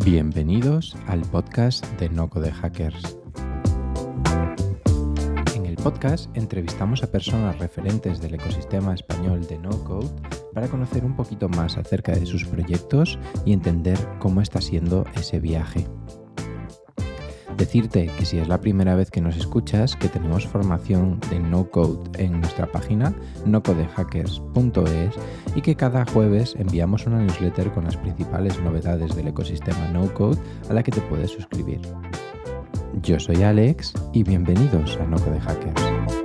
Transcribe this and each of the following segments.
Bienvenidos al podcast de No Code Hackers. En el podcast entrevistamos a personas referentes del ecosistema español de No Code para conocer un poquito más acerca de sus proyectos y entender cómo está siendo ese viaje. Decirte que si es la primera vez que nos escuchas, que tenemos formación de No Code en nuestra página nocodehackers.es y que cada jueves enviamos una newsletter con las principales novedades del ecosistema No Code a la que te puedes suscribir. Yo soy Alex y bienvenidos a No Code Hackers.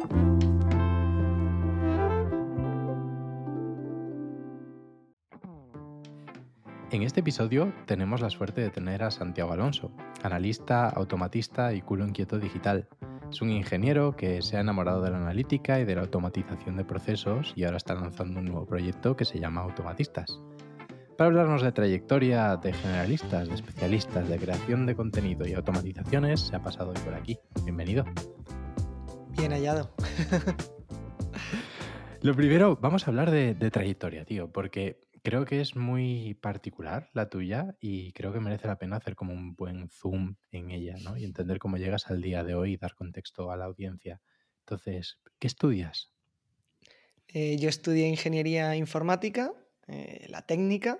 En este episodio tenemos la suerte de tener a Santiago Alonso, analista, automatista y culo inquieto digital. Es un ingeniero que se ha enamorado de la analítica y de la automatización de procesos y ahora está lanzando un nuevo proyecto que se llama Automatistas. Para hablarnos de trayectoria, de generalistas, de especialistas, de creación de contenido y automatizaciones, se ha pasado hoy por aquí. Bienvenido. Bien hallado. Lo primero, vamos a hablar de trayectoria, tío, porque creo que es muy particular la tuya y creo que merece la pena hacer como un buen zoom en ella, ¿no? Y entender cómo llegas al día de hoy y dar contexto a la audiencia. Entonces, ¿qué estudias? Yo estudié ingeniería informática, la técnica,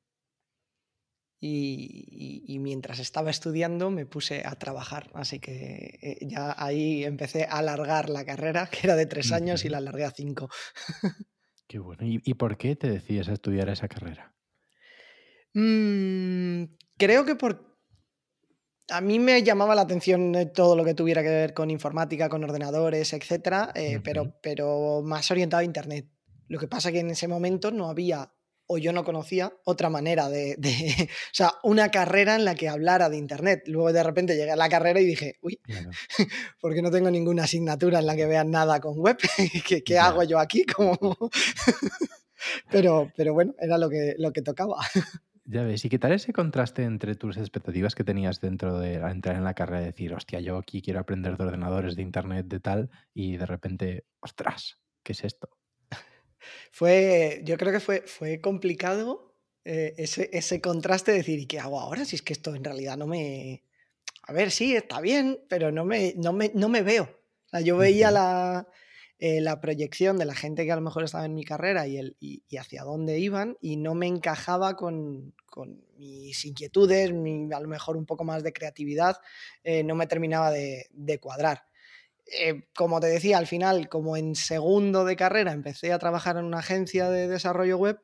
y mientras estaba estudiando me puse a trabajar. Así que ya ahí empecé a alargar la carrera, que era de 3 años, y la alargué a 5. Qué bueno. ¿Y por qué te decides a estudiar esa carrera? Creo que a mí me llamaba la atención todo lo que tuviera que ver con informática, con ordenadores, etcétera, pero más orientado a Internet. Lo que pasa que en ese momento no había, o yo no conocía, otra manera o sea, una carrera en la que hablara de Internet. Luego de repente llegué a la carrera y dije, uy, Claro. porque no tengo ninguna asignatura en la que vean nada con web. ¿Qué hago yo aquí? Pero bueno, era lo que tocaba. Ya ves, ¿y qué tal ese contraste entre tus expectativas que tenías dentro de entrar en la carrera de decir, hostia, yo aquí quiero aprender de ordenadores, de internet, de tal, y de repente, ostras, ¿qué es esto? Yo creo que fue complicado ese contraste de decir, ¿y qué hago ahora? Si es que esto en realidad no me... A ver, sí, está bien, pero no me veo. O sea, yo veía la proyección de la gente que a lo mejor estaba en mi carrera y hacia dónde iban, y no me encajaba con mis inquietudes, a lo mejor un poco más de creatividad, no me terminaba de cuadrar. Como te decía, al final, como en segundo de carrera empecé a trabajar en una agencia de desarrollo web,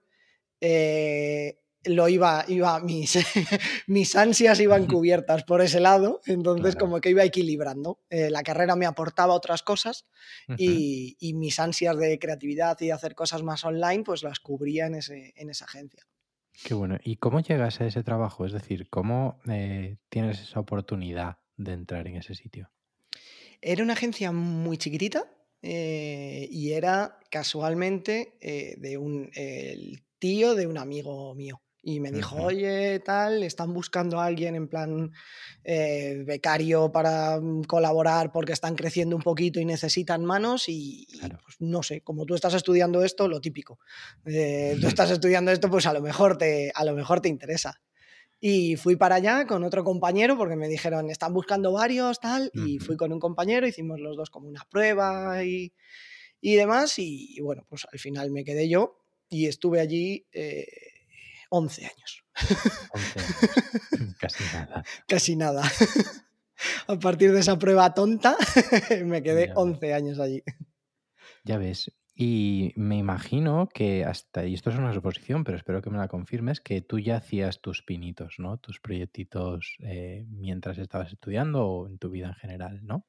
mis, mis ansias iban cubiertas por ese lado, entonces Claro. como que iba equilibrando. La carrera me aportaba otras cosas Ujú. y mis ansias de creatividad y de hacer cosas más online, pues las cubría en esa agencia. Qué bueno. ¿Y cómo llegas a ese trabajo? Es decir, ¿cómo tienes esa oportunidad de entrar en ese sitio? Era una agencia muy chiquitita y era casualmente el tío de un amigo mío. Y me dijo, Ujú. oye, tal, están buscando a alguien en plan becario para colaborar porque están creciendo un poquito y necesitan manos y, Claro. pues no sé, como tú estás estudiando esto, lo típico. Tú estás estudiando esto, pues a lo mejor te interesa. Y fui para allá con otro compañero porque me dijeron, están buscando varios, tal, y fui Ujú. con un compañero, hicimos los dos como una prueba y demás, y bueno, pues al final me quedé yo y estuve allí 11 años. 11 años. Casi nada. Casi nada. A partir de esa prueba tonta, me quedé Ya ves. 11 años allí. Ya ves. Y me imagino que hasta, y esto es una suposición, pero espero que me la confirmes, que tú ya hacías tus pinitos, ¿no? Tus proyectitos mientras estabas estudiando o en tu vida en general, ¿no?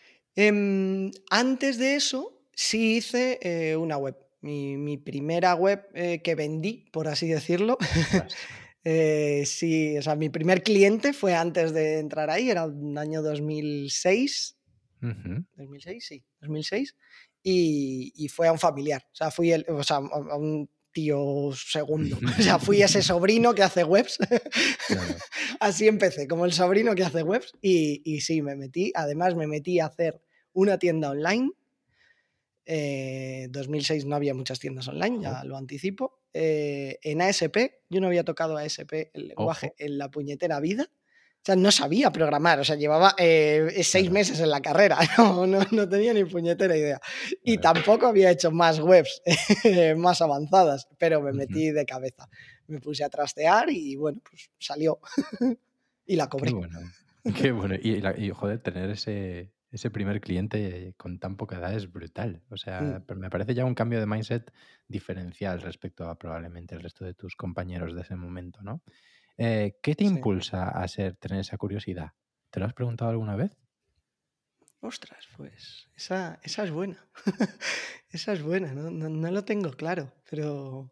Antes de eso, sí hice una web. Mi primera web que vendí, por así decirlo. Ostras. Sí, o sea, mi primer cliente fue antes de entrar ahí, era un año 2006. Ujú. ¿2006? Sí, 2006. Y fue a un familiar. O sea, a un tío segundo. O sea, fui ese sobrino que hace webs. Claro. Así empecé, como el sobrino que hace webs. Y sí, además me metí a hacer una tienda online 2006 no había muchas tiendas online, Ojo, ya lo anticipo. En ASP, yo no había tocado ASP, el lenguaje, ojo. en la puñetera vida. O sea, no sabía programar, o sea, llevaba 6 Claro, meses en la carrera, no tenía ni puñetera idea. Y claro. tampoco había hecho más webs más avanzadas, pero me Ujú. metí de cabeza. Me puse a trastear y bueno, pues salió y la Qué cobré. bueno, qué bueno. Y joder, tener ese primer cliente con tan poca edad es brutal. O Mm, sea, pero me parece ya un cambio de mindset diferencial respecto a probablemente el resto de tus compañeros de ese momento, ¿no? ¿Qué te sí. impulsa a tener esa curiosidad? ¿Te lo has preguntado alguna vez? Ostras, pues esa es buena. Esa es buena, no lo tengo claro, pero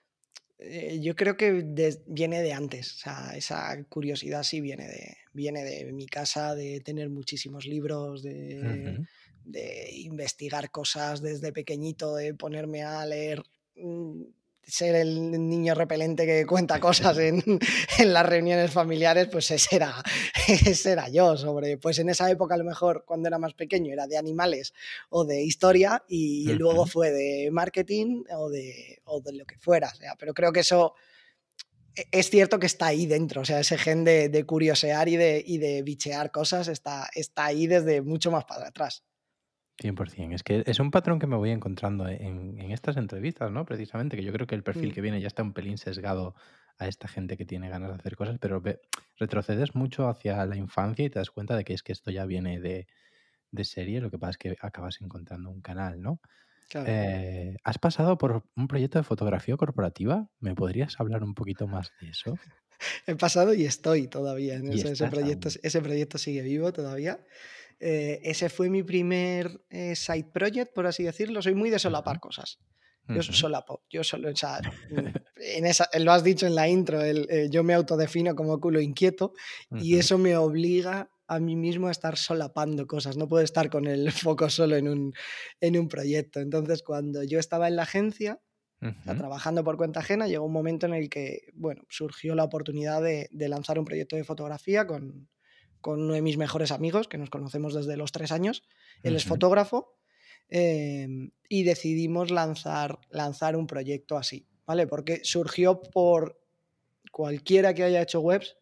yo creo que viene de antes. O sea, esa curiosidad sí viene de mi casa, de tener muchísimos libros, Ujú. de investigar cosas desde pequeñito, de ponerme a leer, mm, ser el niño repelente que cuenta cosas en, en las reuniones familiares, pues ese era yo. Pues en esa época, a lo mejor, cuando era más pequeño, era de animales o de historia y luego Ujú. fue de marketing o de lo que fuera. O sea, pero creo que eso es cierto que está ahí dentro. O sea, ese gen de curiosear y de bichear cosas está ahí desde mucho más para atrás. 100%. Es que es un patrón que me voy encontrando en estas entrevistas, ¿no? Precisamente, que yo creo que el perfil Mm, que viene ya está un pelín sesgado a esta gente que tiene ganas de hacer cosas, pero retrocedes mucho hacia la infancia y te das cuenta de que es que esto ya viene de serie, lo que pasa es que acabas encontrando un canal, ¿no? claro. ¿Has pasado por un proyecto de fotografía corporativa? ¿Me podrías hablar un poquito más de eso? He pasado y estoy todavía en Y ese estás proyecto. aún. Ese proyecto sigue vivo todavía. Ese fue mi primer side project, por así decirlo. Soy muy de Ujú, solapar cosas. Yo ujú, solapo. Yo solo, o sea, lo has dicho en la intro, yo me autodefino como culo inquieto y ujú, eso me obliga a mí mismo a estar solapando cosas. No puedo estar con el foco solo en un proyecto. Entonces, cuando yo estaba en la agencia, o sea, ujú, trabajando por cuenta ajena, llegó un momento en el que, bueno, surgió la oportunidad de lanzar un proyecto de fotografía con uno de mis mejores amigos, que nos conocemos desde los 3 años. Él es ujú, fotógrafo y decidimos lanzar un proyecto así, ¿vale? Porque surgió por cualquiera que haya hecho webs,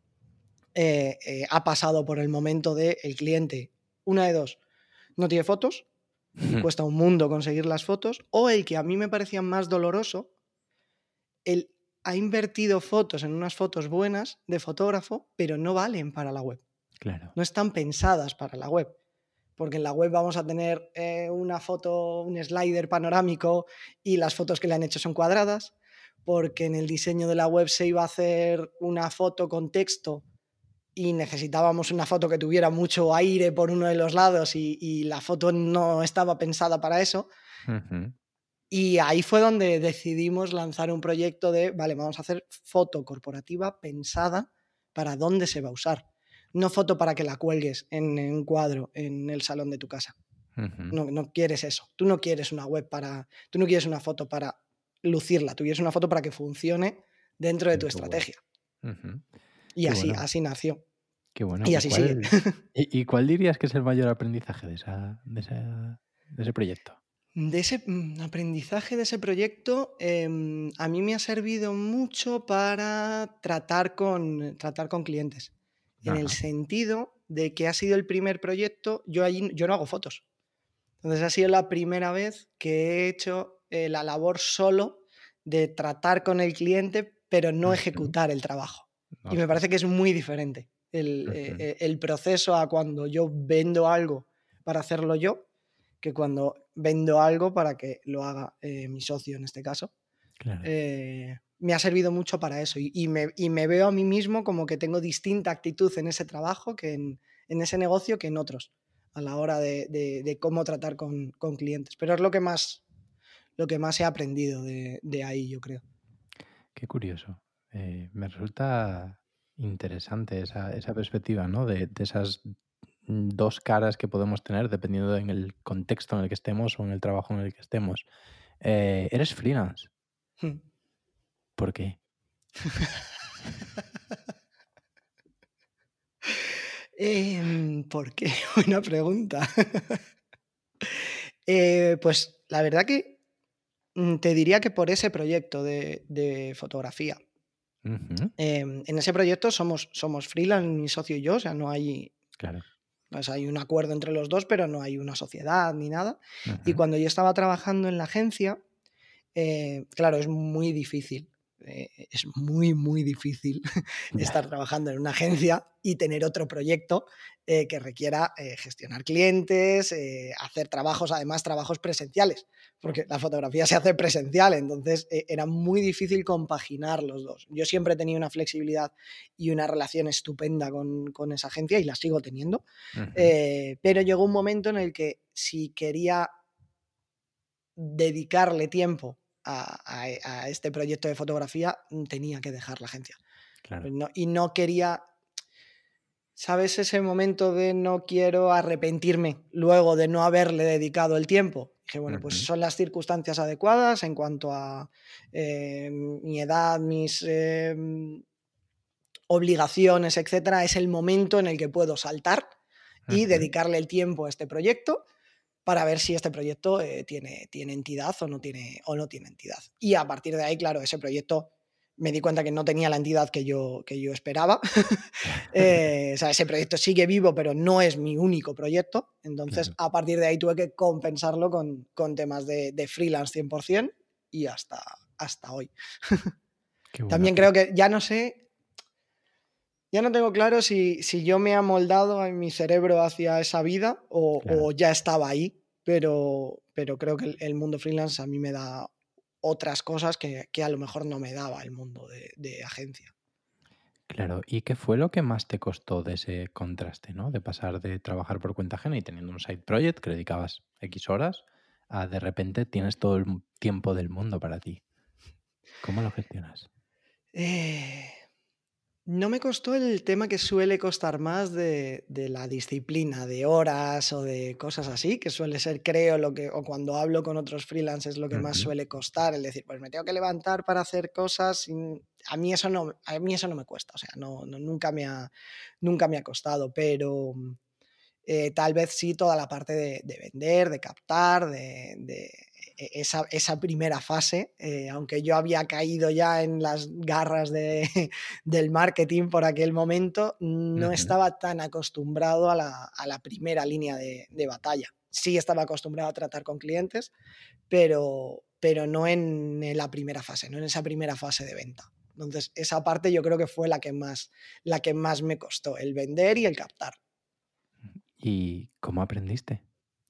ha pasado por el momento de el cliente, una de dos, no tiene fotos y ujú. cuesta un mundo conseguir las fotos, o el que a mí me parecía más doloroso, él ha invertido fotos en unas fotos buenas de fotógrafo, pero no valen para la web. Claro. No están pensadas para la web. Porque en la web vamos a tener una foto, un slider panorámico y las fotos que le han hecho son cuadradas. Porque en el diseño de la web se iba a hacer una foto con texto y necesitábamos una foto que tuviera mucho aire por uno de los lados y la foto no estaba pensada para eso. Ujú. Y ahí fue donde decidimos lanzar un proyecto de, vale, vamos a hacer foto corporativa pensada para dónde se va a usar. No foto para que la cuelgues en un cuadro en el salón de tu casa. Ujú. No quieres eso. Tú no quieres una web para. Tú no quieres una foto para lucirla. Tú quieres una foto para que funcione dentro de En tu tu web. estrategia. Ujú. Y Qué así, bueno, así nació. qué bueno. Y ¿Y así sigue. cuál y cuál dirías que es el mayor aprendizaje de ese proyecto? De ese aprendizaje de ese proyecto, a mí me ha servido mucho para tratar con clientes, en el Ajá. sentido de que ha sido el primer proyecto, yo no hago fotos. Entonces ha sido la primera vez que he hecho la labor solo de tratar con el cliente, pero no Ujú. ejecutar el trabajo. Y me parece Ostras. que es muy diferente Ujú. el proceso a cuando yo vendo algo para hacerlo yo que cuando vendo algo para que lo haga mi socio en este caso. Claro. Me ha servido mucho para eso y me veo a mí mismo como que tengo distinta actitud en ese trabajo que en ese negocio que en otros a la hora de cómo tratar con clientes. Pero es lo que más he aprendido de ahí, yo creo. Qué curioso. Me resulta interesante esa perspectiva, ¿no? De esas 2 caras que podemos tener dependiendo en el contexto en el que estemos o en el trabajo en el que estemos. ¿Eres freelance? ¿Por qué? ¿Por qué? Buena pregunta. Pues la verdad que te diría que por ese proyecto de fotografía. Ujú, En ese proyecto somos freelance, mi socio y yo, o sea, no hay, claro. pues hay un acuerdo entre los dos, pero no hay una sociedad ni nada. Y Ujú, cuando yo estaba trabajando en la agencia, claro, es muy difícil. Es muy, muy difícil ya. estar trabajando en una agencia y tener otro proyecto que requiera gestionar clientes, hacer trabajos, además trabajos presenciales, porque la fotografía se hace presencial, entonces era muy difícil compaginar los dos. Yo siempre he tenido una flexibilidad y una relación estupenda con esa agencia y la sigo teniendo, Ujú, pero llegó un momento en el que si quería dedicarle tiempo a este proyecto de fotografía, tenía que dejar la agencia. claro. Y no quería, ¿sabes? Ese momento de no quiero arrepentirme luego de no haberle dedicado el tiempo. Dije, bueno, pues Ujú, son las circunstancias adecuadas en cuanto a mi edad, mis obligaciones, etcétera. Es el momento en el que puedo saltar y ujú, dedicarle el tiempo a este proyecto para ver si este proyecto tiene entidad o no tiene entidad. Y a partir de ahí, claro, ese proyecto me di cuenta que no tenía la entidad que yo esperaba. O sea, ese proyecto sigue vivo, pero no es mi único proyecto. Entonces, claro. a partir de ahí tuve que compensarlo con temas de freelance 100% y hasta hoy. Qué bueno. También creo que ya no sé, ya no tengo claro si yo me he amoldado en mi cerebro hacia esa vida Claro. o ya estaba ahí, pero creo que el mundo freelance a mí me da otras cosas que a lo mejor no me daba el mundo de agencia. Claro, ¿y qué fue lo que más te costó de ese contraste, ¿no? De pasar de trabajar por cuenta ajena y teniendo un side project que le dedicabas X horas, a de repente tienes todo el tiempo del mundo para ti. ¿Cómo lo gestionas? Eh, no me costó el tema que suele costar más de la disciplina, de horas o de cosas así, que suele ser, creo, o cuando hablo con otros freelancers es lo que más Ujú, suele costar, el decir, pues me tengo que levantar para hacer cosas. A mí eso no me cuesta, o sea, nunca me ha costado, pero tal vez sí toda la parte de vender, de captar, esa primera fase, aunque yo había caído ya en las garras del marketing por aquel momento, no ujú, estaba tan acostumbrado a la primera línea de batalla. Sí estaba acostumbrado a tratar con clientes, pero no en la primera fase, no en esa primera fase de venta. Entonces, esa parte yo creo que fue la que más me costó, el vender y el captar. ¿y cómo aprendiste?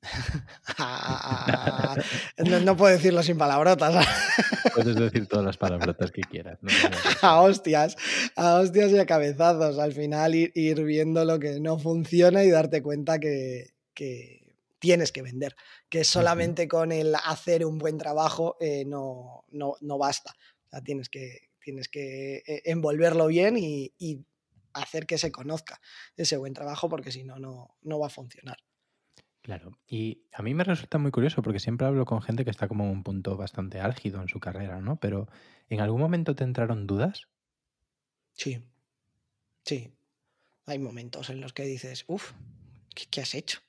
No puedo decirlo sin palabrotas. Puedes decir todas las palabrotas que quieras, no te preocupes. A hostias, a hostias y a cabezazos. Al final ir viendo lo que no funciona y darte cuenta que tienes que vender, que Ujú, solamente con el hacer un buen trabajo no basta. O sea, tienes que envolverlo bien y hacer que se conozca ese buen trabajo porque si no, no va a funcionar. claro. Y a mí me resulta muy curioso porque siempre hablo con gente que está como en un punto bastante álgido en su carrera, ¿no? Pero ¿en algún momento te entraron dudas? Sí, sí. Hay momentos en los que dices, uff, ¿qué has hecho?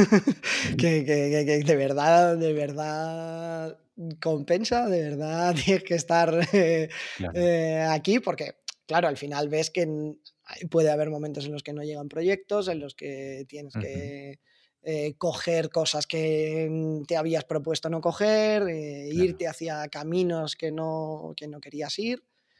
Que de verdad compensa, de verdad tienes que estar Claro. aquí, porque, claro, al final ves que puede haber momentos en los que no llegan proyectos, en los que tienes Ujú, que coger cosas que te habías propuesto no coger, claro. irte hacia caminos que no querías ir,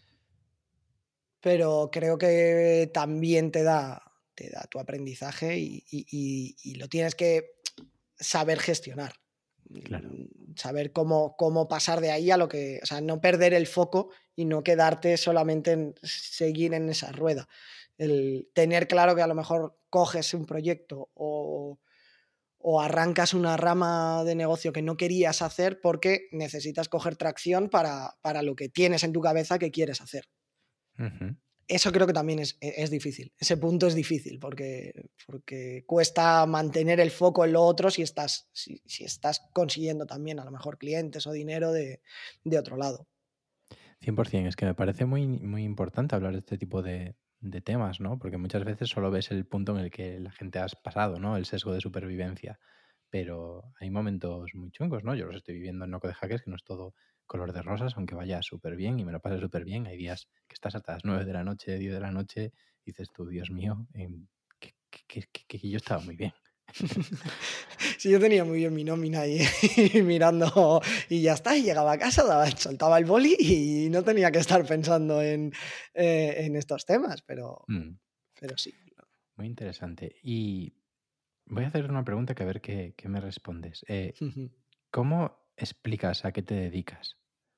pero creo que también te da tu aprendizaje y lo tienes que saber gestionar. Claro. Saber cómo pasar de ahí a o sea, no perder el foco y no quedarte solamente en seguir en esa rueda. El tener claro que a lo mejor coges un proyecto o arrancas una rama de negocio que no querías hacer porque necesitas coger tracción para lo que tienes en tu cabeza que quieres hacer. Ujú. Eso creo que también es difícil. Ese punto es difícil porque cuesta mantener el foco en lo otro si estás consiguiendo también a lo mejor clientes o dinero de otro lado. 100%, es que me parece muy, muy importante hablar de este tipo de temas, ¿no? Porque muchas veces solo ves el punto en el que la gente has pasado, ¿no? El sesgo de supervivencia. pero hay momentos muy chungos, ¿no? Yo los estoy viviendo en Noco de Hackers, que no es todo color de rosas, aunque vaya súper bien y me lo pase súper bien. Hay días que estás hasta las 9 de la noche, 10 de la noche, y dices tú, Dios mío, que yo estaba muy bien. Sí, yo tenía muy bien mi nómina ahí mirando y ya está, y llegaba a casa, soltaba el boli y no tenía que estar pensando en estos temas, pero sí. Muy interesante. Y voy a hacer una pregunta que a ver qué me respondes. ¿Cómo explicas a qué te dedicas?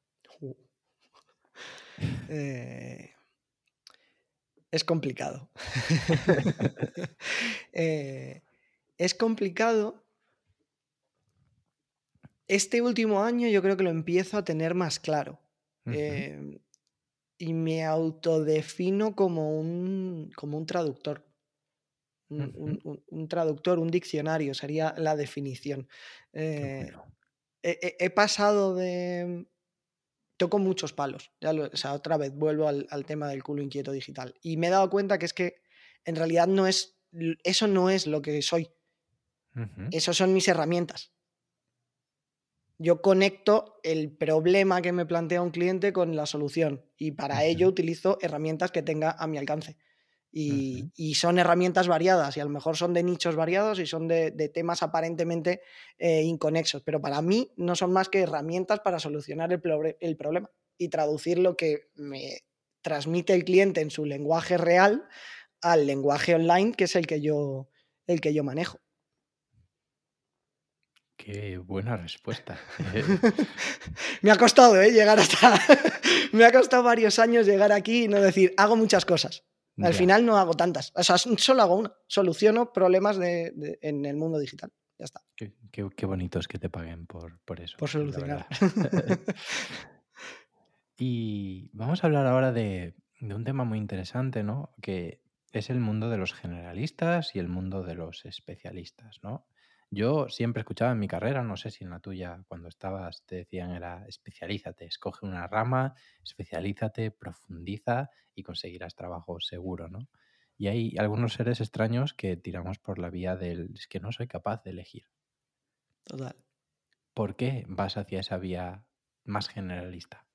Es complicado. Es complicado. Este último año yo creo que lo empiezo a tener más claro. Y me autodefino como un traductor. Un traductor, un diccionario, sería la definición. Qué bueno. He pasado de... Toco muchos palos. O sea, otra vez vuelvo al tema del culo inquieto digital. Y me he dado cuenta que es que en realidad eso no es lo que soy. Esas son mis herramientas. Yo conecto el problema que me plantea un cliente con la solución y para ello utilizo herramientas que tenga a mi alcance. Y son herramientas variadas y a lo mejor son de nichos variados y son de temas aparentemente inconexos, pero para mí no son más que herramientas para solucionar el problema y traducir lo que me transmite el cliente en su lenguaje real al lenguaje online, que es el que yo manejo. Qué buena respuesta. Me ha costado llegar hasta... Me ha costado varios años llegar aquí y no decir, hago muchas cosas. Al final no hago tantas. O sea, solo hago una. Soluciono problemas en el mundo digital. Ya está. Qué bonito es que te paguen por eso. Por La solucionar. verdad. Y vamos a hablar ahora de un tema muy interesante, ¿no? Que es el mundo de los generalistas y el mundo de los especialistas, ¿no? Yo siempre escuchaba en mi carrera, no sé si en la tuya, cuando estabas, te decían era especialízate, escoge una rama, especialízate, profundiza y conseguirás trabajo seguro, ¿no? Y hay algunos seres extraños que tiramos por la vía del es que no soy capaz de elegir. Total. ¿Por qué vas hacia esa vía más generalista?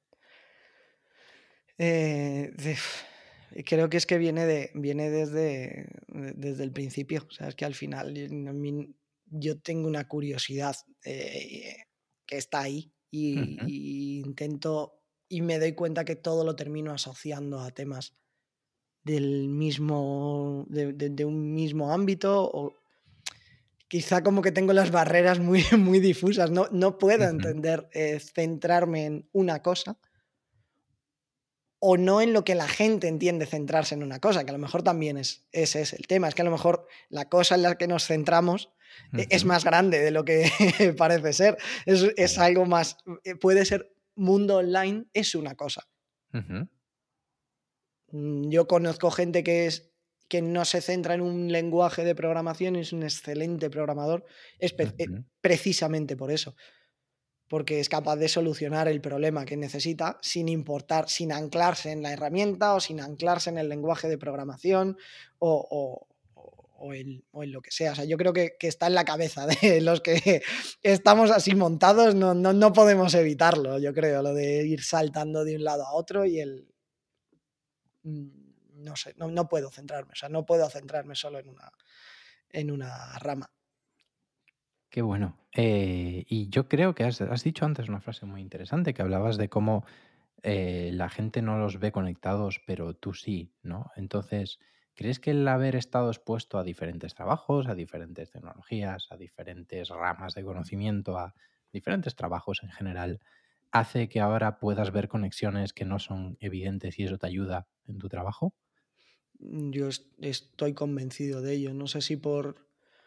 Creo que es que viene desde el principio. O sea, es que al final yo tengo una curiosidad que está ahí y intento y me doy cuenta que todo lo termino asociando a temas del mismo, de un mismo ámbito o quizá como que tengo las barreras muy, muy difusas. No puedo entender centrarme en una cosa o no en lo que la gente entiende centrarse en una cosa, que a lo mejor también ese es el tema. Es que a lo mejor la cosa en la que nos centramos es más grande de lo que parece ser. Es algo más... Puede ser mundo online, es una cosa. Yo conozco gente que no se centra en un lenguaje de programación y es un excelente programador precisamente por eso. Porque es capaz de solucionar el problema que necesita sin importar, sin anclarse en la herramienta o sin anclarse en el lenguaje de programación o en lo que sea. O sea, yo creo que está en la cabeza de los que estamos así montados, no podemos evitarlo, yo creo, lo de ir saltando de un lado a otro y no sé, no puedo centrarme, o sea, no puedo centrarme solo en una rama. Qué bueno. Y yo creo que has dicho antes una frase muy interesante, que hablabas de cómo la gente no los ve conectados, pero tú sí, ¿no? Entonces, ¿crees que el haber estado expuesto a diferentes trabajos, a diferentes tecnologías, a diferentes ramas de conocimiento, a diferentes trabajos en general, hace que ahora puedas ver conexiones que no son evidentes y eso te ayuda en tu trabajo? Yo estoy convencido de ello. No sé si por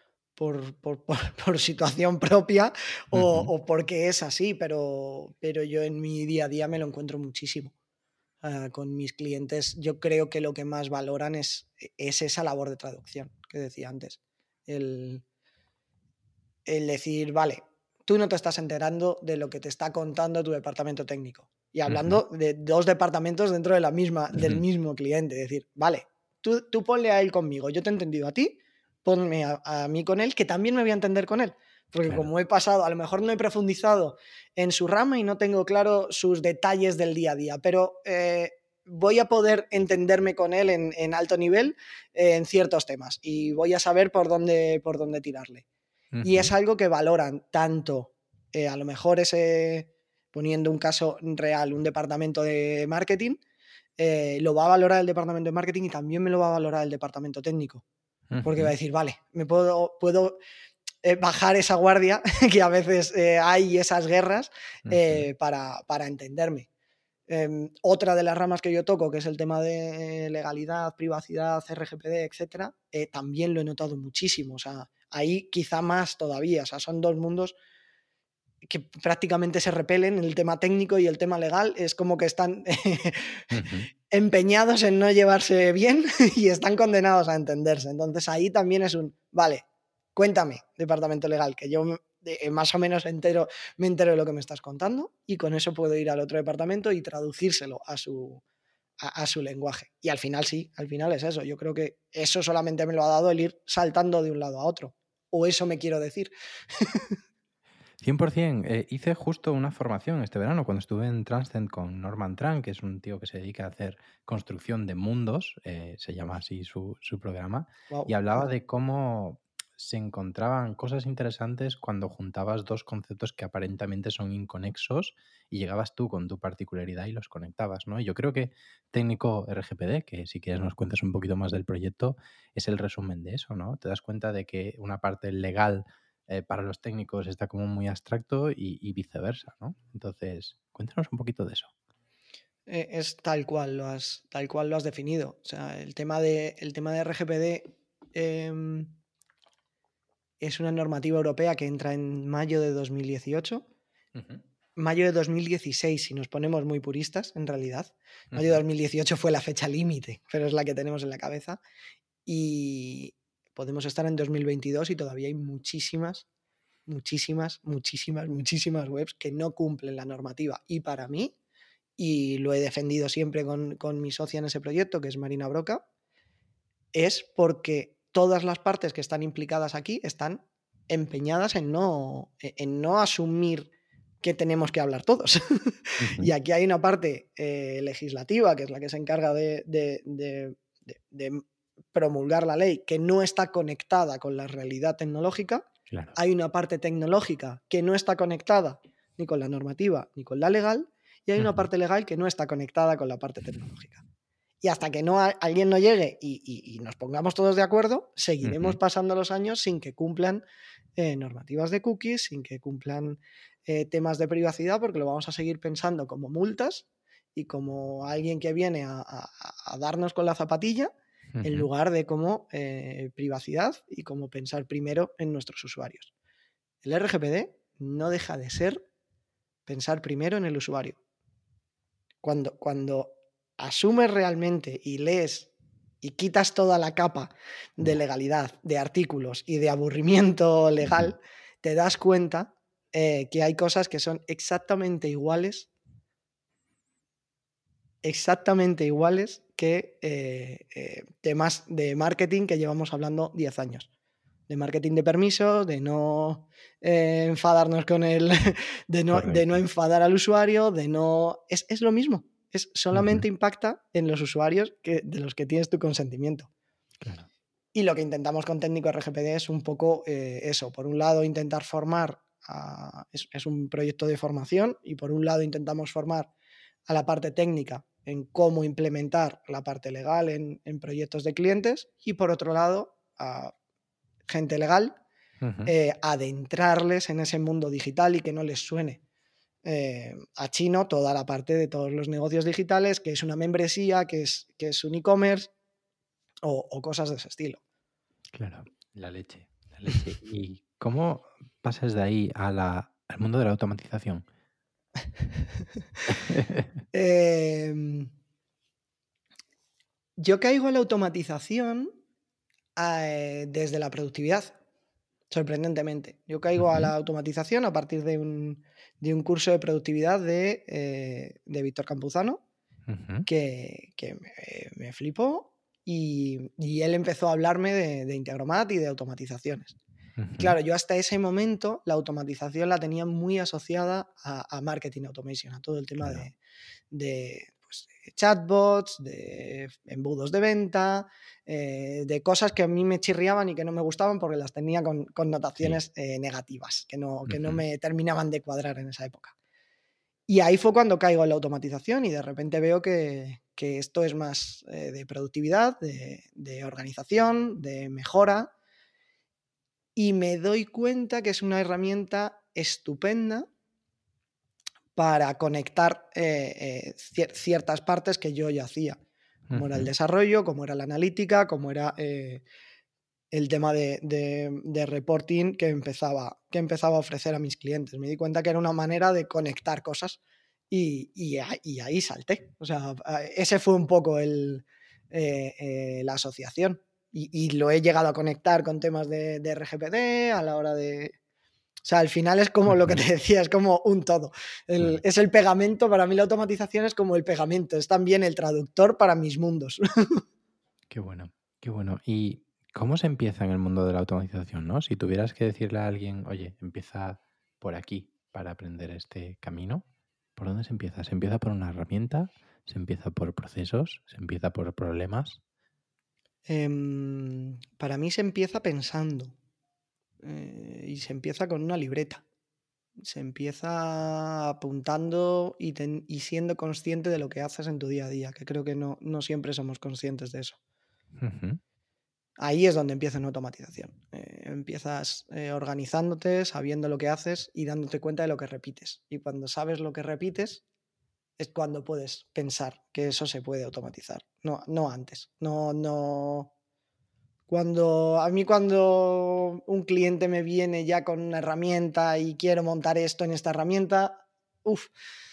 situación propia o porque es así, pero yo en mi día a día me lo encuentro muchísimo. Con mis clientes yo creo que lo que más valoran es esa labor de traducción que decía antes. El decir, vale, tú no te estás enterando de lo que te está contando tu departamento técnico. Y hablando de dos departamentos dentro de del mismo cliente. Es decir, vale, tú ponle a él conmigo, yo te he entendido a ti, ponme a mí con él, que también me voy a entender con él. Porque Claro. como he pasado, a lo mejor no he profundizado en su rama y no tengo claro sus detalles del día a día, pero voy a poder entenderme con él en alto nivel en ciertos temas y voy a saber por dónde tirarle. Y es Ujú, algo que valoran tanto, a lo mejor poniendo un caso real, un departamento de marketing, lo va a valorar el departamento de marketing y también me lo va a valorar el departamento técnico. Porque va a ujú, decir, vale, me puedo bajar esa guardia que a veces hay esas guerras ujú, para entenderme. Otra de las ramas que yo toco, que es el tema de legalidad, privacidad, RGPD, etcétera, también lo he notado muchísimo. O sea, ahí quizá más todavía. O sea, son dos mundos que prácticamente se repelen, el tema técnico y el tema legal. Es como que están ujú. empeñados en no llevarse bien y están condenados a entenderse. Entonces ahí también es vale, cuéntame, departamento legal, que yo más o menos me entero de lo que me estás contando y con eso puedo ir al otro departamento y traducírselo a su lenguaje. Y al final sí, al final es eso. Yo creo que eso solamente me lo ha dado el ir saltando de un lado a otro. O eso me quiero decir. 100%. Hice justo una formación este verano cuando estuve en Transcend con Norman Tran, que es un tío que se dedica a hacer construcción de mundos, se llama así su programa, y Wow. hablaba de cómo se encontraban cosas interesantes cuando juntabas dos conceptos que aparentemente son inconexos y llegabas tú con tu particularidad y los conectabas, ¿no? Y yo creo que técnico RGPD, que si quieres nos cuentas un poquito más del proyecto, es el resumen de eso, ¿no? Te das cuenta de que una parte legal para los técnicos está como muy abstracto y viceversa, ¿no? Entonces, cuéntanos un poquito de eso. Es tal cual lo has definido. O sea, el tema de RGPD es una normativa europea que entra en mayo de 2018. Ujú, Mayo de 2016, si nos ponemos muy puristas, en realidad. Mayo de ujú, 2018 fue la fecha límite, pero es la que tenemos en la cabeza. Y podemos estar en 2022 y todavía hay muchísimas webs que no cumplen la normativa. Y para mí, y lo he defendido siempre con mi socia en ese proyecto, que es Marina Broca, es porque todas las partes que están implicadas aquí están empeñadas en no asumir que tenemos que hablar todos. ujú, Y aquí hay una parte legislativa, que es la que se encarga de promulgar la ley, que no está conectada con la realidad tecnológica. claro. Hay una parte tecnológica que no está conectada ni con la normativa ni con la legal. Y hay una Ujú, parte legal que no está conectada con la parte tecnológica. Y hasta que alguien no llegue y nos pongamos todos de acuerdo, seguiremos ujú, pasando los años sin que cumplan normativas de cookies, sin que cumplan temas de privacidad, porque lo vamos a seguir pensando como multas y como alguien que viene a darnos con la zapatilla, en ujú. lugar de como privacidad y como pensar primero en nuestros usuarios. El RGPD no deja de ser pensar primero en el usuario. Cuando asumes realmente y lees y quitas toda la capa de Ya. legalidad, de artículos y de aburrimiento Ujú, legal, te das cuenta que hay cosas que son exactamente iguales que temas de marketing que llevamos hablando 10 años. De marketing de permiso, de no enfadarnos con él, de no correcto. enfadar al usuario, de no. Es lo mismo. Ujú, Solamente impacta en los usuarios de los que tienes tu consentimiento. claro. Y lo que intentamos con técnico RGPD es un poco eso. Por un lado, intentar formar. Es un proyecto de formación y por un lado intentamos formar a la parte técnica en cómo implementar la parte legal en proyectos de clientes y por otro lado a gente legal Ujú, adentrarles en ese mundo digital y que no les suene a chino toda la parte de todos los negocios digitales, que es una membresía, que es un e-commerce o cosas de ese estilo. claro. La leche, la leche. ¿Y cómo pasas de ahí al mundo de la automatización? Em, yo caigo a la automatización desde la productividad, sorprendentemente. Yo caigo a Ujú, la automatización a partir de un curso de productividad de Víctor Campuzano, ujú, que me flipó y él empezó a hablarme de Integromat y de automatizaciones. Y Ujú. claro, yo hasta ese momento la automatización la tenía muy asociada a marketing automation, a todo el tema Claro. pues, de chatbots, de embudos de venta, de cosas que a mí me chirriaban y que no me gustaban porque las tenía con Sí. connotaciones negativas, que no Ujú. me terminaban de cuadrar en esa época. Y ahí fue cuando caigo en la automatización y de repente veo que esto es más de productividad, de organización, de mejora, y me doy cuenta que es una herramienta estupenda para conectar ciertas partes que yo ya hacía, como era el Ujú. desarrollo, como era la analítica, como era el tema de reporting que empezaba a ofrecer a mis clientes. Me di cuenta que era una manera de conectar cosas y ahí salté. O sea, ese fue un poco la asociación. Y lo he llegado a conectar con temas de RGPD a la hora de, o sea, al final es como lo que te Ujú. decía, es como un todo. Claro. Es el pegamento, para mí la automatización es como el pegamento, es también el traductor para mis mundos. Qué bueno, qué bueno. ¿Y cómo se empieza en el mundo de la automatización, no? Si tuvieras que decirle a alguien, oye, empieza por aquí para aprender este camino, ¿por dónde se empieza? ¿Se empieza por una herramienta? ¿Se empieza por procesos? ¿Se empieza por problemas? Para mí se empieza pensando y se empieza con una libreta. Se empieza apuntando y siendo consciente de lo que haces en tu día a día, que creo que no siempre somos conscientes de eso. Ujú. Ahí es donde empieza una automatización. Empiezas organizándote, sabiendo lo que haces y dándote cuenta de lo que repites. Y cuando sabes lo que repites, es cuando puedes pensar que eso se puede automatizar. No antes. No. Cuando un cliente me viene ya con una herramienta y quiero montar esto en esta herramienta, uff,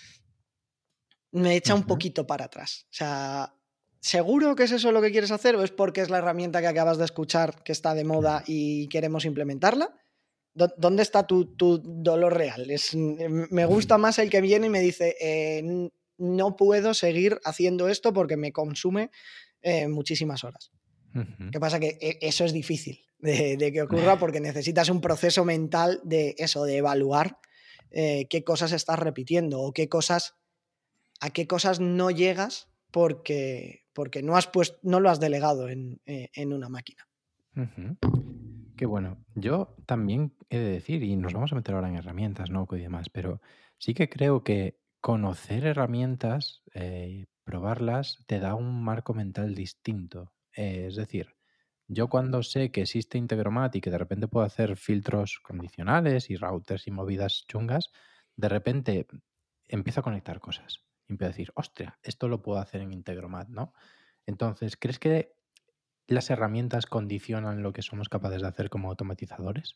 me echa un Ujú. poquito para atrás. O sea, ¿seguro que es eso lo que quieres hacer o es porque es la herramienta que acabas de escuchar que está de moda Claro. y queremos implementarla? ¿Dónde está tu dolor real? Me gusta más el que viene y me dice, no puedo seguir haciendo esto porque me consume muchísimas horas. Ujú. ¿Qué pasa? Que eso es difícil de que ocurra porque necesitas un proceso mental de eso, de evaluar qué cosas estás repitiendo o a qué cosas no llegas porque no lo has delegado en una máquina. Ujú. Qué bueno. Yo también he de decir, y nos vamos a meter ahora en herramientas, ¿no? Y demás, pero sí que creo que conocer herramientas, probarlas, te da un marco mental distinto. Es decir, yo cuando sé que existe Integromat y que de repente puedo hacer filtros condicionales y routers y movidas chungas, de repente empiezo a conectar cosas. Y empiezo a decir, ostras, esto lo puedo hacer en Integromat, ¿no? Entonces, ¿crees que las herramientas condicionan lo que somos capaces de hacer como automatizadores?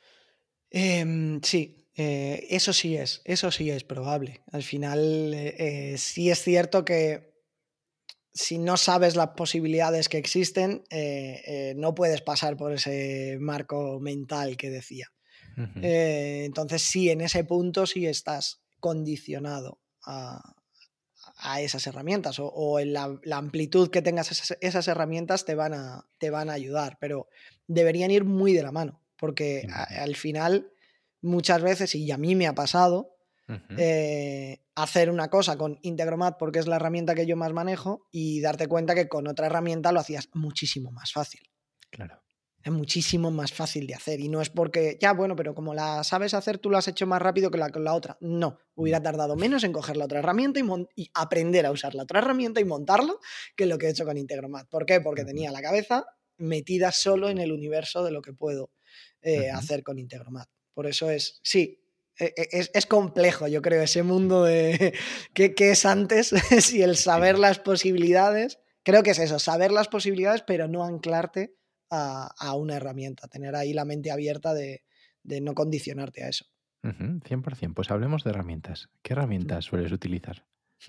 Sí, eso sí es probable. Al final, sí es cierto que si no sabes las posibilidades que existen, no puedes pasar por ese marco mental que decía. Ujú. Entonces, sí, en ese punto sí estás condicionado a esas herramientas o en la amplitud que tengas esas herramientas te van a ayudar, pero deberían ir muy de la mano, porque Sin duda. al final muchas veces, y a mí me ha pasado, Ujú. hacer una cosa con Integromat porque es la herramienta que yo más manejo y darte cuenta que con otra herramienta lo hacías muchísimo más fácil. Claro. Es muchísimo más fácil de hacer y no es porque, ya bueno, pero como la sabes hacer, tú lo has hecho más rápido que con la otra. No, hubiera No. tardado menos en coger la otra herramienta y aprender a usar la otra herramienta y montarlo que lo que he hecho con Integromat. ¿Por qué? Porque Ujú. tenía la cabeza metida solo en el universo de lo que puedo Ujú. hacer con Integromat. Por eso sí, es complejo, yo creo, ese mundo de qué es antes, si el saber Sí. las posibilidades, creo que es eso, saber las posibilidades, pero no anclarte a una herramienta, tener ahí la mente abierta de no condicionarte a eso. Ujú. 100%. Pues hablemos de herramientas. ¿Qué herramientas sueles utilizar?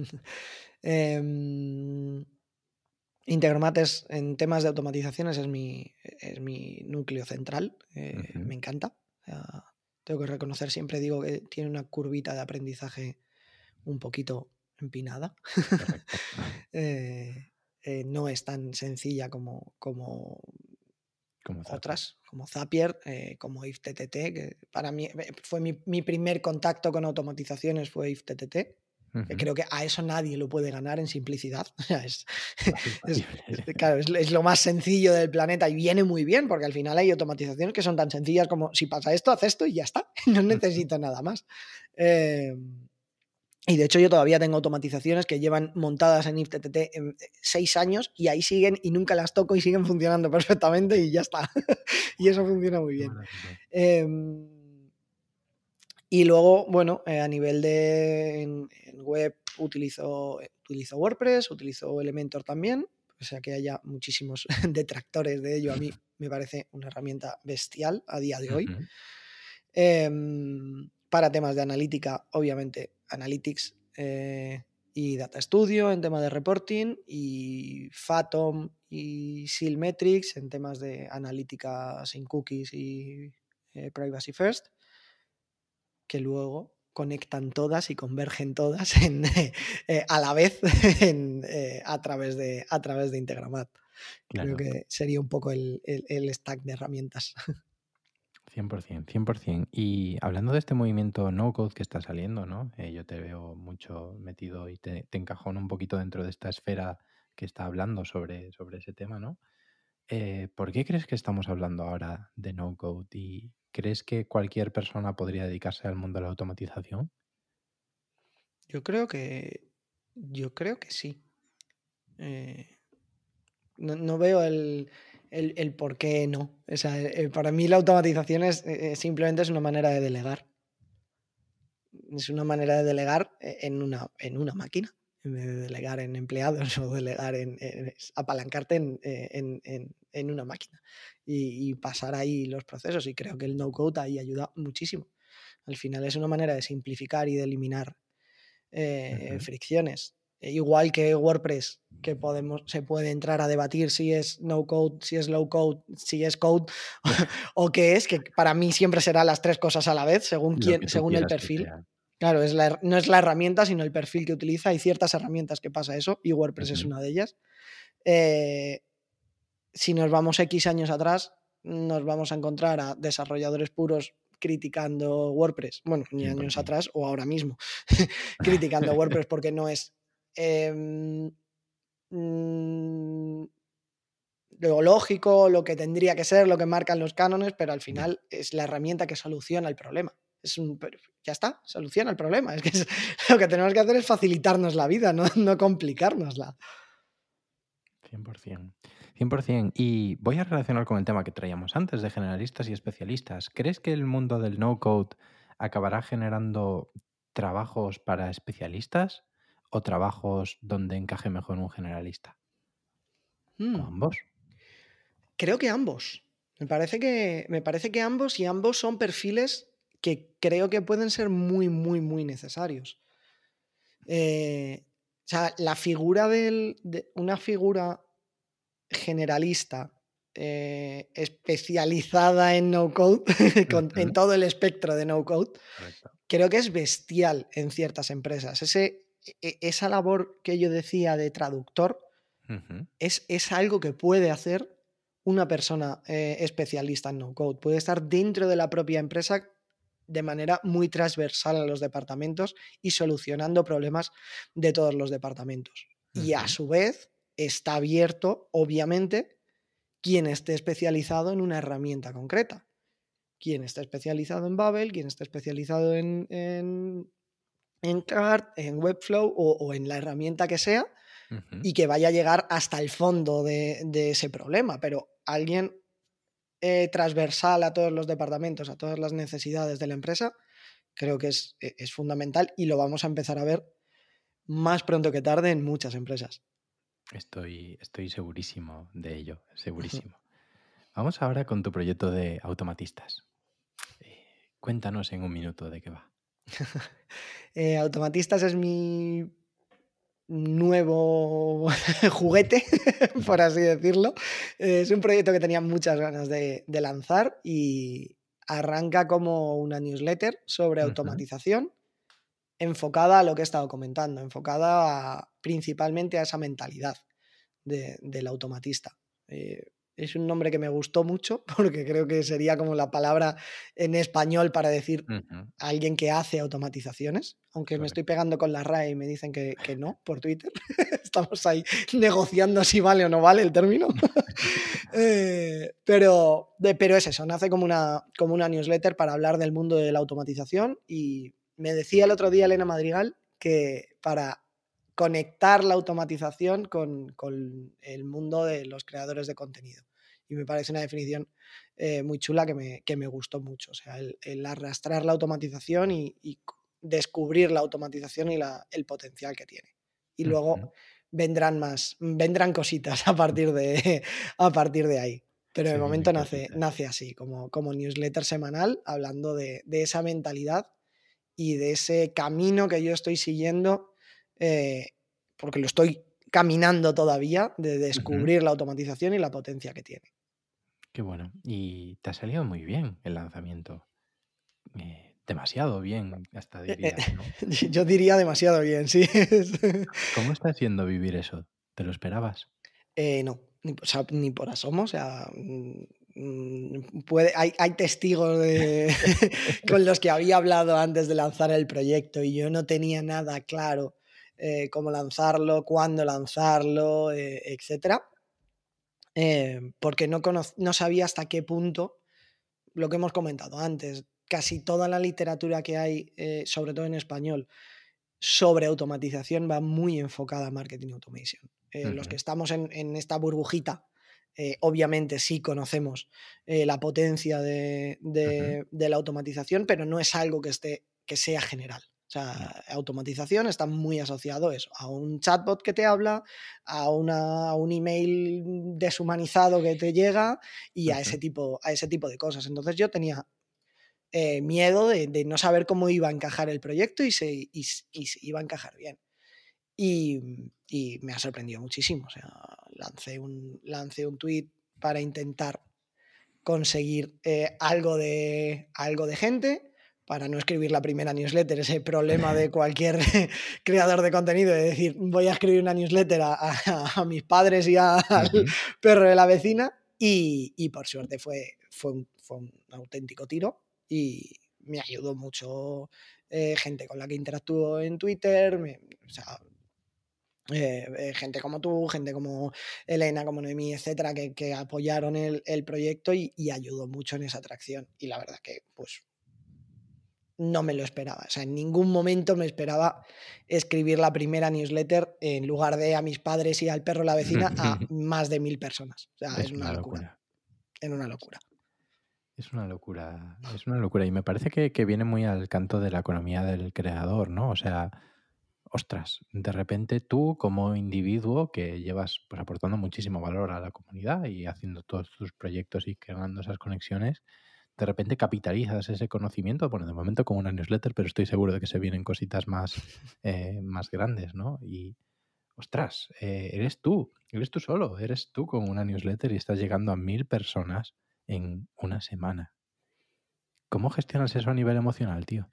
Em, Integromat en temas de automatizaciones es mi núcleo central, Ujú. me encanta. O sea, tengo que reconocer, siempre digo que tiene una curvita de aprendizaje un poquito empinada. Correcto. No es tan sencilla como Como Zapier. Otras, como Zapier, como IFTTT, que para mí fue mi primer contacto con automatizaciones fue IFTTT. Que creo que a eso nadie lo puede ganar en simplicidad. O sea, claro, es lo más sencillo del planeta y viene muy bien porque al final hay automatizaciones que son tan sencillas como si pasa esto, haz esto y ya está. No necesito nada más. Y de hecho yo todavía tengo automatizaciones que llevan montadas en IFTTT en 6 años y ahí siguen y nunca las toco y siguen funcionando perfectamente y ya está. Y eso funciona muy bien. Y luego, bueno, a nivel de en web utilizo WordPress, utilizo Elementor también, o sea que haya muchísimos detractores de ello. A mí me parece una herramienta bestial a día de hoy. Para temas de analítica, obviamente, Analytics y Data Studio en tema de reporting y Fathom y Sealmetrics en temas de analítica sin cookies y privacy first, que luego conectan todas y convergen todas a la vez a través de Integromat. Creo Claro. que sería un poco el stack de herramientas. 100%, 100%. Y hablando de este movimiento no-code que está saliendo, ¿no? Yo te veo mucho metido y te encajono un poquito dentro de esta esfera que está hablando sobre ese tema, ¿no? ¿Por qué crees que estamos hablando ahora de no-code? ¿Y crees que cualquier persona podría dedicarse al mundo de la automatización? Yo creo que sí. No veo el por qué no. O sea, para mí la automatización simplemente es una manera de delegar. Es una manera de delegar en una máquina, en vez de delegar en empleados o delegar apalancarte en una máquina y pasar ahí los procesos. Y creo que el no-code ahí ayuda muchísimo. Al final es una manera de simplificar y de eliminar fricciones. Igual que WordPress, que se puede entrar a debatir si es no code, si es low code, si es code o qué es, que para mí siempre será las tres cosas a la vez, según Lo que tú según el quieras que perfil. sea. Claro, no es la herramienta, sino el perfil que utiliza. Hay ciertas herramientas que pasa eso, y WordPress es una de ellas. Si nos vamos X años atrás, nos vamos a encontrar a desarrolladores puros criticando WordPress, bueno, ni años 100%. atrás o ahora mismo, criticando WordPress porque no es lo lógico, lo que tendría que ser, lo que marcan los cánones, pero al final es la herramienta que soluciona el problema. Ya está, soluciona el problema. Es que lo que tenemos que hacer es facilitarnos la vida, no complicárnosla. 100%. 100%. Y voy a relacionar con el tema que traíamos antes de generalistas y especialistas. ¿Crees que el mundo del no-code acabará generando trabajos para especialistas o trabajos donde encaje mejor un generalista? ¿O ambos? Creo que ambos. Me parece que ambos, y ambos son perfiles que creo que pueden ser muy, muy, muy necesarios. O sea, la figura una figura generalista especializada en no-code, en todo el espectro de no-code, Correcto. creo que es bestial en ciertas empresas. Esa labor que yo decía de traductor es algo que puede hacer una persona especialista en no-code. Puede estar dentro de la propia empresa de manera muy transversal a los departamentos y solucionando problemas de todos los departamentos. Y a su vez está abierto, obviamente, quien esté especializado en una herramienta concreta. Quien esté especializado en Babel, quien esté especializado en Cart, en Webflow o en la herramienta que sea, y que vaya a llegar hasta el fondo de ese problema. Pero alguien transversal a todos los departamentos, a todas las necesidades de la empresa, creo que es fundamental y lo vamos a empezar a ver más pronto que tarde en muchas empresas. Estoy segurísimo de ello, segurísimo. Vamos ahora con tu proyecto de automatistas. Cuéntanos en un minuto de qué va. Automatistas es mi nuevo juguete, por así decirlo. Es un proyecto que tenía muchas ganas de lanzar y arranca como una newsletter sobre automatización enfocada a lo que he estado comentando, enfocada principalmente a esa mentalidad del automatista. Es un nombre que me gustó mucho porque creo que sería como la palabra en español para decir Ujú, a alguien que hace automatizaciones, aunque me estoy correcto. pegando con la RAE y me dicen que no por Twitter. Estamos ahí negociando si vale o no vale el término. Pero es eso, nace como una newsletter para hablar del mundo de la automatización y me decía el otro día Elena Madrigal que para conectar la automatización con el mundo de los creadores de contenido. Y me parece una definición muy chula que me gustó mucho. O sea, el arrastrar la automatización y descubrir la automatización y el potencial que tiene. Y Ujú. luego vendrán cositas a partir de ahí. Pero de Se momento vienen cositas. nace así, como newsletter semanal, hablando de esa mentalidad y de ese camino que yo estoy siguiendo, eh, porque lo estoy caminando todavía, de Ujú. descubrir la automatización y la potencia que tiene. Qué bueno. Y te ha salido muy bien el lanzamiento. Demasiado bien, hasta Eh, eh, diría, ¿no? yo diría demasiado bien, sí. ¿Cómo está siendo vivir eso? ¿Te lo esperabas? No, o sea, ni por asomo, o sea, hay testigos con los que había hablado antes de lanzar el proyecto y yo no tenía nada claro cómo lanzarlo, cuándo lanzarlo, etcétera, porque no sabía hasta qué punto, lo que hemos comentado antes, casi toda la literatura que hay, sobre todo en español, sobre automatización va muy enfocada a marketing automation. Los que Ujú, estamos en esta burbujita, obviamente sí conocemos la potencia ujú. de la automatización, pero no es algo que sea general. O sea, No. automatización está muy asociado eso, a un chatbot que te habla, a un email deshumanizado que te llega y Ujú, a ese tipo de cosas. Entonces yo tenía miedo de no saber cómo iba a encajar el proyecto y se iba a encajar bien. Y me ha sorprendido muchísimo. O sea, lancé un tweet para intentar conseguir algo de gente, para no escribir la primera newsletter, ese problema de cualquier creador de contenido, de decir, voy a escribir una newsletter a mis padres y al ujú, perro de la vecina, y por suerte fue un auténtico tiro y me ayudó mucho gente con la que interactúo en Twitter, o sea, gente como tú, gente como Elena, como Noemí, etcétera, que apoyaron el proyecto y ayudó mucho en esa atracción. Y la verdad que, pues, no me lo esperaba. O sea, en ningún momento me esperaba escribir la primera newsletter en lugar de a mis padres y al perro la vecina a más de 1000 personas. O sea, es Es una una locura. locura. Es una locura. Es una locura. Es una locura. Y me parece que viene muy al canto de la economía del creador, ¿no? O sea, ostras, de repente tú como individuo que llevas pues aportando muchísimo valor a la comunidad y haciendo todos tus proyectos y creando esas conexiones, de repente capitalizas ese conocimiento, bueno, de momento con una newsletter, pero estoy seguro de que se vienen cositas más, más grandes, ¿no? Y, ostras, eres tú solo, eres tú con una newsletter y estás llegando a 1000 personas en una semana. ¿Cómo gestionas eso a nivel emocional, tío?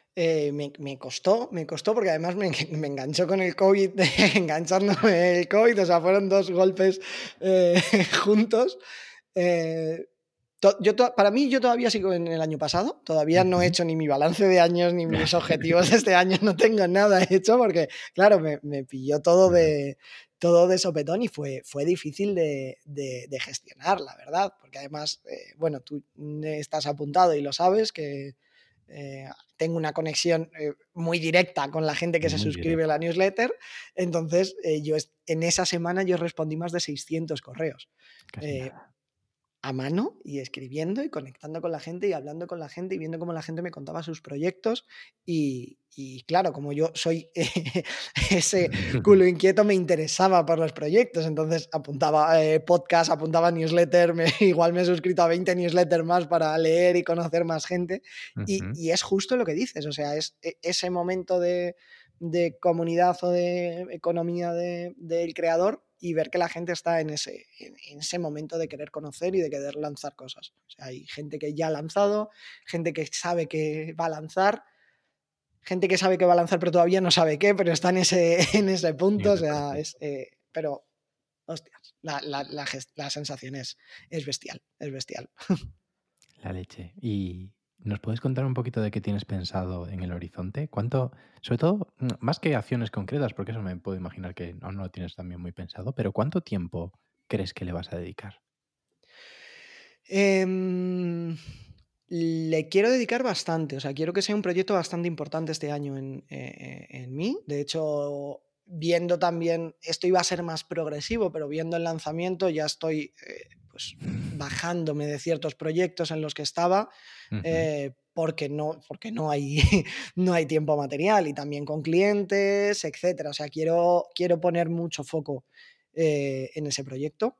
Me costó porque además me enganchó con el COVID, enganchándome el COVID, o sea, fueron dos golpes eh, juntos. Eh, para mí, yo todavía sigo en el año pasado, todavía no he Ujú. hecho ni mi balance de años ni mis objetivos de este año, no tengo nada hecho porque, claro, me pilló Claro. todo de sopetón y fue difícil de gestionar, la verdad, porque además, bueno, tú estás apuntado y lo sabes que eh, tengo una conexión muy directa con la gente que se Muy suscribe a directa, la newsletter, entonces en esa semana yo respondí más de 600 correos. casi Eh, nada. a mano y escribiendo y conectando con la gente y hablando con la gente y viendo cómo la gente me contaba sus proyectos y claro, como yo soy ese culo inquieto, me interesaba por los proyectos, entonces apuntaba podcast, apuntaba newsletter, igual me he suscrito a 20 newsletters más para leer y conocer más gente Ujú. y es justo lo que dices, o sea, es ese momento de comunidad o de economía del creador y ver que la gente está en ese momento de querer conocer y de querer lanzar cosas. O sea, hay gente que ya ha lanzado, gente que sabe que va a lanzar, gente que sabe que va a lanzar pero todavía no sabe qué, pero está en ese, en ese En punto. O ese sea, proceso. pero hostias, la sensación es bestial, es bestial. La leche. ¿Y nos puedes contar un poquito de qué tienes pensado en el horizonte? ¿Cuánto, sobre todo, más que acciones concretas, porque eso me puedo imaginar que no lo tienes también muy pensado, pero cuánto tiempo crees que le vas a dedicar? Le quiero dedicar bastante, o sea, quiero que sea un proyecto bastante importante este año en mí. De hecho, viendo también, esto iba a ser más progresivo, pero viendo el lanzamiento ya estoy pues bajándome de ciertos proyectos en los que estaba Ujú, porque no hay, no hay tiempo material y también con clientes, etcétera. O sea, quiero poner mucho foco en ese proyecto.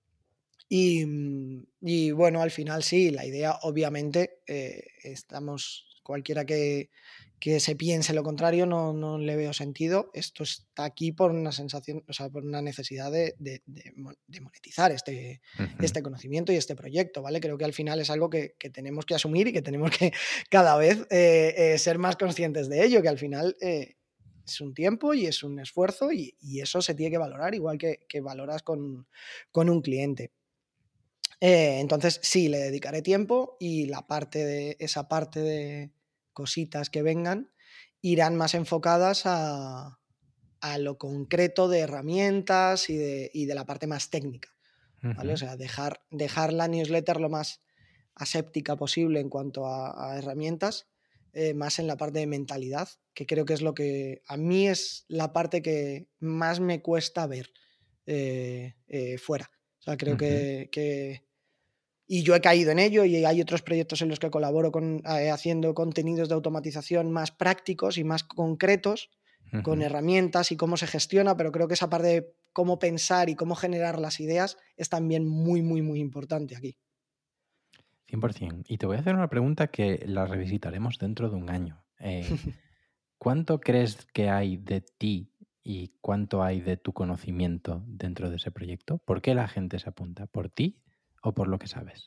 Y bueno, al final sí, la idea obviamente, cualquiera que se piense lo contrario no le veo sentido. Esto está aquí por una sensación, o sea, por una necesidad de monetizar ujú. este conocimiento y este proyecto, ¿vale? Creo que al final es algo que tenemos que asumir y que tenemos que cada vez ser más conscientes de ello, que al final es un tiempo y es un esfuerzo y eso se tiene que valorar igual que valoras con un cliente. Entonces sí, le dedicaré tiempo y esa parte de cositas que vengan irán más enfocadas a lo concreto de herramientas y de la parte más técnica, ¿vale? O Ujú, sea, dejar la newsletter lo más aséptica posible en cuanto a herramientas, más en la parte de mentalidad, que creo que es lo que a mí es la parte que más me cuesta ver fuera. O sea, creo ujú, que y yo he caído en ello y hay otros proyectos en los que colaboro haciendo contenidos de automatización más prácticos y más concretos, con ujú. herramientas y cómo se gestiona, pero creo que esa parte de cómo pensar y cómo generar las ideas es también muy, muy, muy importante aquí. 100%. Y te voy a hacer una pregunta que la revisitaremos dentro de un año. ¿Cuánto crees que hay de ti y cuánto hay de tu conocimiento dentro de ese proyecto? ¿Por qué la gente se apunta? ¿Por ti o por lo que sabes?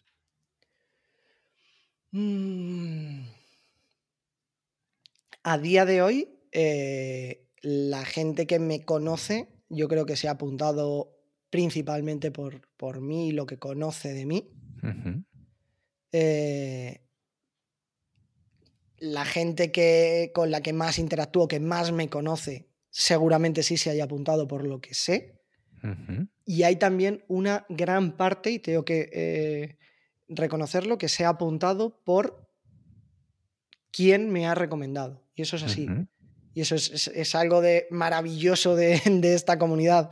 Mm, A día de hoy, la gente que me conoce, yo creo que se ha apuntado principalmente por mí y lo que conoce de mí. Ujú, Eh, la gente con la que más interactúo, que más me conoce, seguramente sí se haya apuntado por lo que sé. ujú, Y hay también una gran parte, y tengo que reconocerlo, que se ha apuntado por quién me ha recomendado. Y eso es así. ujú. Y eso es algo maravilloso de esta comunidad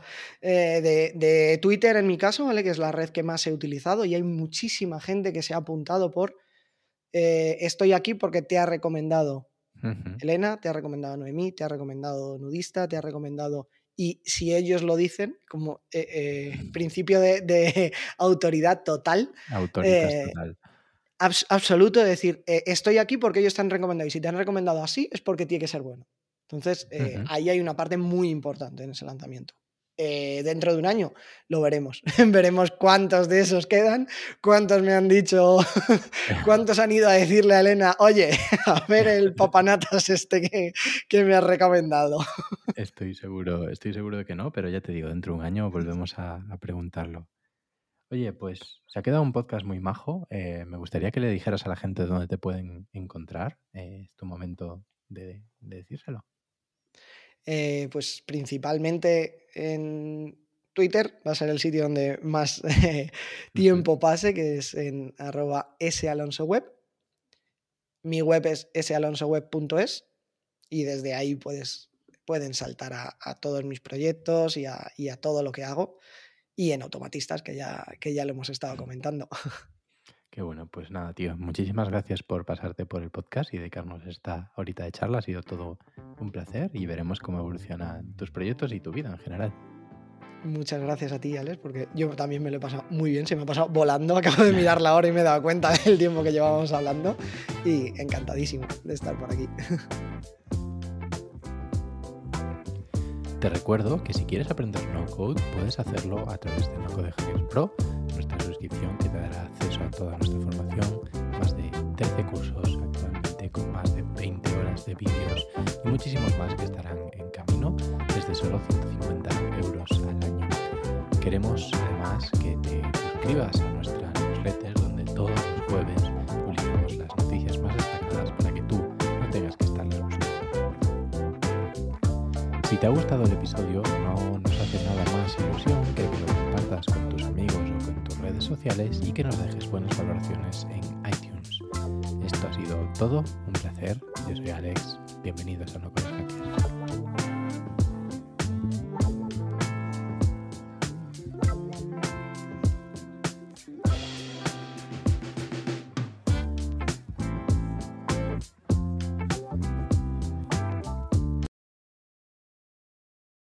de Twitter, en mi caso, ¿vale? Que es la red que más he utilizado. Y hay muchísima gente que se ha apuntado por estoy aquí porque te ha recomendado Ujú. Elena, te ha recomendado Noemí, te ha recomendado Nudista, te ha recomendado. Y si ellos lo dicen, como principio de autoridad total, Autoritas eh, total. absoluto, de decir, estoy aquí porque ellos te han recomendado. Y si te han recomendado así, es porque tiene que ser bueno. Entonces, Ujú. ahí hay una parte muy importante en ese lanzamiento. Dentro de un año lo veremos. Veremos cuántos de esos quedan, cuántos me han dicho, cuántos han ido a decirle a Elena, oye, a ver el papanatas este que me has recomendado. Estoy seguro de que no, pero ya te digo, dentro de un año volvemos a preguntarlo. Oye, pues se ha quedado un podcast muy majo. Me gustaría que le dijeras a la gente dónde te pueden encontrar. Es tu momento de decírselo. Pues principalmente en Twitter va a ser el sitio donde más Ujú. tiempo pase, que es en @salonsoweb. Mi web es salonsoweb.es y desde ahí pueden saltar a todos mis proyectos y a todo lo que hago y en automatistas, que ya lo hemos estado comentando. Qué bueno, pues nada, tío. Muchísimas gracias por pasarte por el podcast y dedicarnos esta horita de charla. Ha sido todo un placer y veremos cómo evolucionan tus proyectos y tu vida en general. Muchas gracias a ti, Alex, porque yo también me lo he pasado muy bien, se me ha pasado volando, acabo de mirar la hora y me he dado cuenta del tiempo que llevábamos hablando y encantadísimo de estar por aquí. Te recuerdo que si quieres aprender no code, puedes hacerlo a través de No Code Hackers Pro, nuestra suscripción que te dará acceso a toda nuestra formación, más de 13 cursos actualmente con más de 20 horas de vídeos y muchísimos más que estarán en camino desde solo 150 euros al año. Queremos además que te suscribas a nuestra newsletter donde todos los jueves publicamos las noticias más destacadas para que tú no tengas que estarlas buscando. Si te ha gustado el episodio, no nos hace nada más ilusión que lo compartas con tus amigos o con tus redes sociales y que nos dejes buenas valoraciones en iTunes. Esto ha sido todo, un placer. Yo soy Alex, bienvenidos a No Cores Hackers.